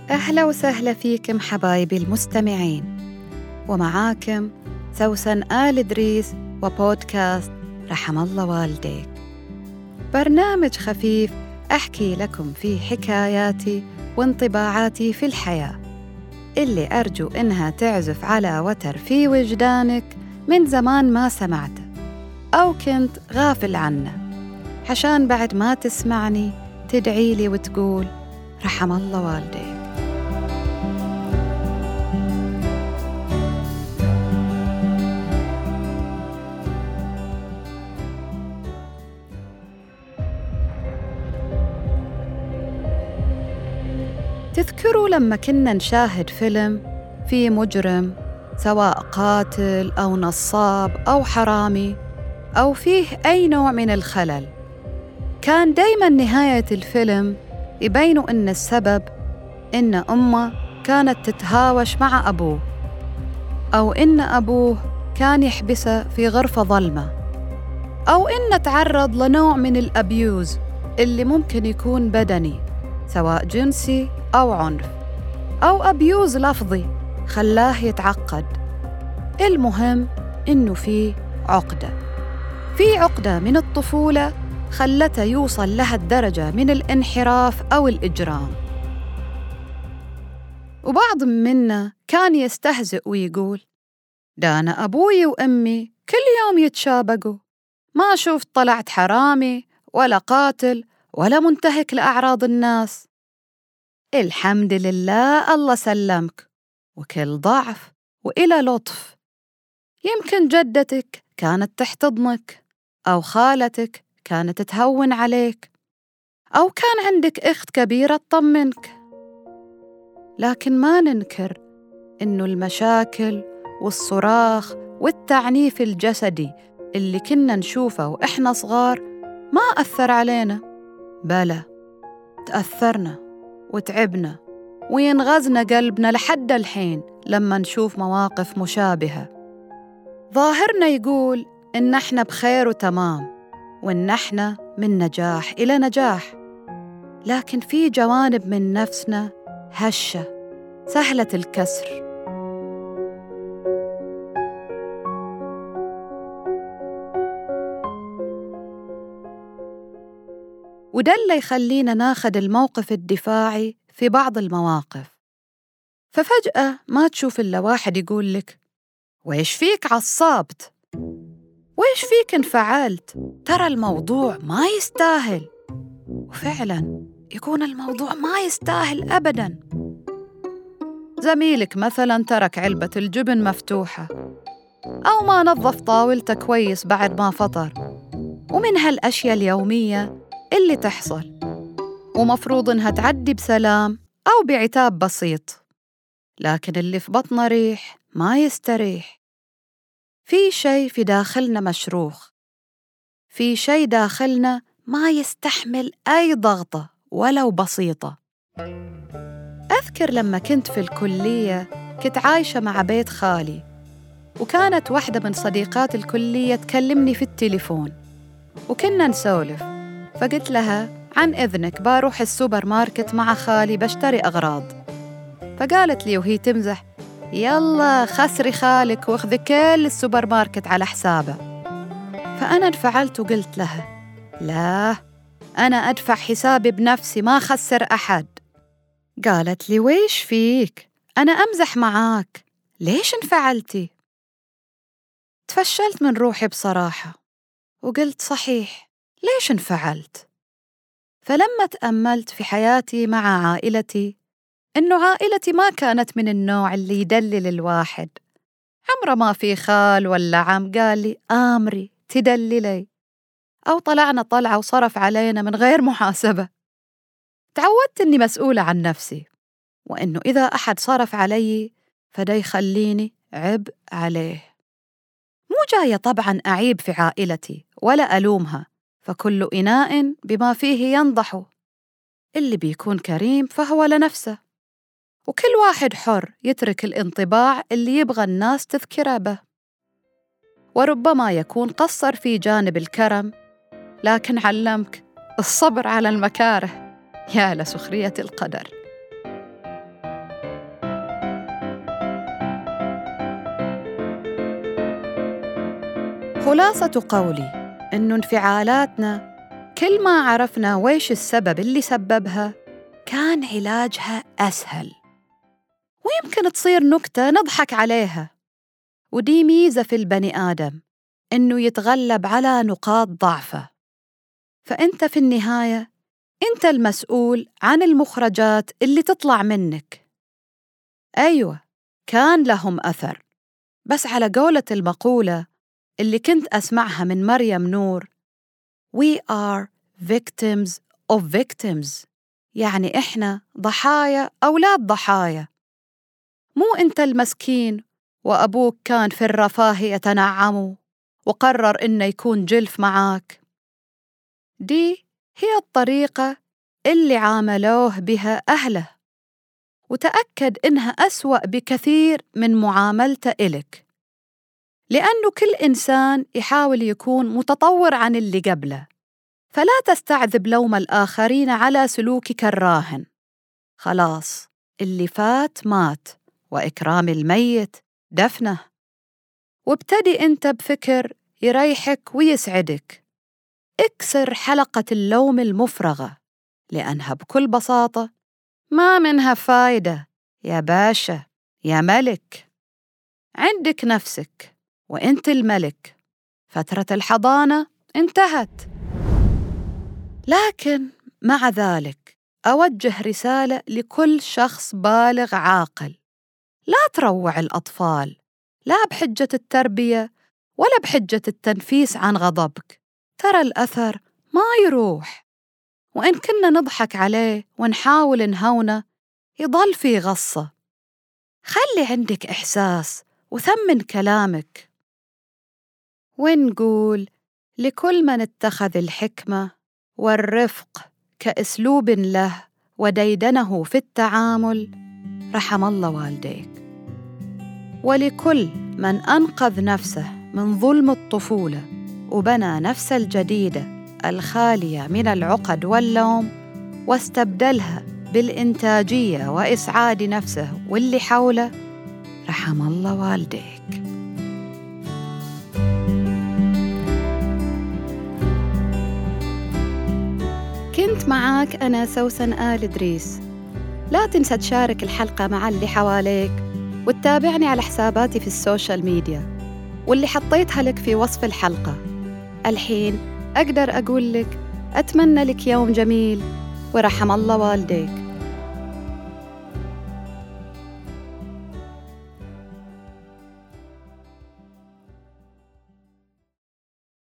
أهلا وسهلا فيكم حبايبي المستمعين، ومعاكم سوسن آل إدريس وبودكاست رحم الله والديك، برنامج خفيف أحكي لكم فيه حكاياتي وانطباعاتي في الحياة اللي أرجو إنها تعزف على وتر في وجدانك من زمان ما سمعته أو كنت غافل عنه، عشان بعد ما تسمعني تدعيلي وتقول رحم الله والديك. تذكروا لما كنا نشاهد فيلم فيه مجرم، سواء قاتل أو نصاب أو حرامي أو فيه أي نوع من الخلل، كان دايماً نهاية الفيلم يبينوا إن السبب إن أمه كانت تتهاوش مع أبوه، أو إن أبوه كان يحبسه في غرفة ظلمة، أو إنه تعرض لنوع من الأبيوز اللي ممكن يكون بدني سواء جنسي أو عنف أو أبيوز لفظي خلاه يتعقد. المهم إنه في عقدة من الطفولة خلته يوصل لها الدرجة من الانحراف أو الإجرام. وبعض منا كان يستهزئ ويقول ده أنا أبوي وأمي كل يوم يتشابقوا، ما شفت طلعت حرامي ولا قاتل ولا منتهك لأعراض الناس. الحمد لله الله سلمك، وكل ضعف وإلى لطف. يمكن جدتك كانت تحتضنك، أو خالتك كانت تهون عليك، أو كان عندك أخت كبيرة تطمنك. لكن ما ننكر إنه المشاكل والصراخ والتعنيف الجسدي اللي كنا نشوفه وإحنا صغار ما أثر علينا، بلى تأثرنا وتعبنا وينغزنا قلبنا لحد الحين لما نشوف مواقف مشابهة. ظاهرنا يقول إن احنا بخير وتمام، وإن احنا من نجاح إلى نجاح، لكن في جوانب من نفسنا هشة سهلة الكسر. وده اللي يخلينا ناخد الموقف الدفاعي في بعض المواقف. ففجأة ما تشوف إلا واحد يقول لك وإيش فيك عصبت؟ وإيش فيك انفعلت؟ ترى الموضوع ما يستاهل. وفعلاً يكون الموضوع ما يستاهل أبداً. زميلك مثلاً ترك علبة الجبن مفتوحة، أو ما نظف طاولته كويس بعد ما فطر، ومن هالأشياء اليومية اللي تحصل ومفروض إنها تعدي بسلام أو بعتاب بسيط، لكن اللي في بطنه ريح ما يستريح. في شيء في داخلنا مشروخ، في شيء داخلنا ما يستحمل أي ضغطة ولو بسيطة. أذكر لما كنت في الكلية كنت عايشة مع بيت خالي، وكانت واحدة من صديقات الكلية تكلمني في التليفون وكنا نسولف، فقلت لها عن إذنك بروح السوبر ماركت مع خالي بشتري أغراض. فقالت لي وهي تمزح يلا خسري خالك واخذي كل السوبر ماركت على حسابه. فأنا انفعلت وقلت لها لا، أنا أدفع حسابي بنفسي ما خسر أحد. قالت لي ويش فيك؟ أنا أمزح معاك، ليش انفعلتي؟ تفشلت من روحي بصراحة وقلت صحيح ليش انفعلت؟ فلما تأملت في حياتي مع عائلتي، إنه عائلتي ما كانت من النوع اللي يدلل الواحد. عمره ما في خال ولا عم قال لي آمري تدللي، أو طلعنا طلعة وصرف علينا من غير محاسبة. تعودت إني مسؤولة عن نفسي، وإنه إذا أحد صرف علي فده يخليني عبء عليه. مو جاية طبعاً أعيب في عائلتي ولا ألومها، فكل إناء بما فيه ينضح. اللي بيكون كريم فهو لنفسه، وكل واحد حر يترك الانطباع اللي يبغى الناس تذكره به. وربما يكون قصر في جانب الكرم، لكن علمك الصبر على المكاره. يا لسخرية القدر. خلاصة قولي إنه انفعالاتنا كل ما عرفنا ويش السبب اللي سببها كان علاجها أسهل. ويمكن تصير نكتة نضحك عليها، ودي ميزة في البني آدم، إنه يتغلب على نقاط ضعفه. فأنت في النهاية أنت المسؤول عن المخرجات اللي تطلع منك. أيوة، كان لهم أثر، بس على قولة المقولة اللي كنت أسمعها من مريم نور: We are victims of victims، يعني إحنا ضحايا أولاد ضحايا. مو أنت المسكين وأبوك كان في الرفاه يتنعم وقرر إنه يكون جلف معاك. دي هي الطريقة اللي عاملوه بها أهله، وتأكد إنها أسوأ بكثير من معاملته إلك، لأنه كل إنسان يحاول يكون متطور عن اللي قبله. فلا تستعذب لوم الآخرين على سلوكك الراهن. خلاص، اللي فات مات، وإكرام الميت دفنه. وابتدي أنت بفكر يريحك ويسعدك. اكسر حلقة اللوم المفرغة، لأنها بكل بساطة ما منها فايدة يا باشا يا ملك. عندك نفسك وإنت الملك. فترة الحضانة انتهت. لكن مع ذلك أوجه رسالة لكل شخص بالغ عاقل: لا تروع الأطفال، لا بحجة التربية ولا بحجة التنفيس عن غضبك. ترى الأثر ما يروح، وإن كنا نضحك عليه ونحاول نهونه يضل في غصة. خلي عندك إحساس وثمن كلامك. ونقول لكل من اتخذ الحكمة والرفق كأسلوب له وديدنه في التعامل: رحم الله والديك. ولكل من أنقذ نفسه من ظلم الطفولة وبنى نفسه الجديدة الخالية من العقد واللوم واستبدلها بالإنتاجية وإسعاد نفسه واللي حوله: رحم الله والديك. كنت معاك أنا سوسن آل إدريس. لا تنسى تشارك الحلقة مع اللي حواليك، وتتابعني على حساباتي في السوشيال ميديا واللي حطيتها لك في وصف الحلقة. الحين أقدر أقول لك أتمنى لك يوم جميل، ورحم الله والديك.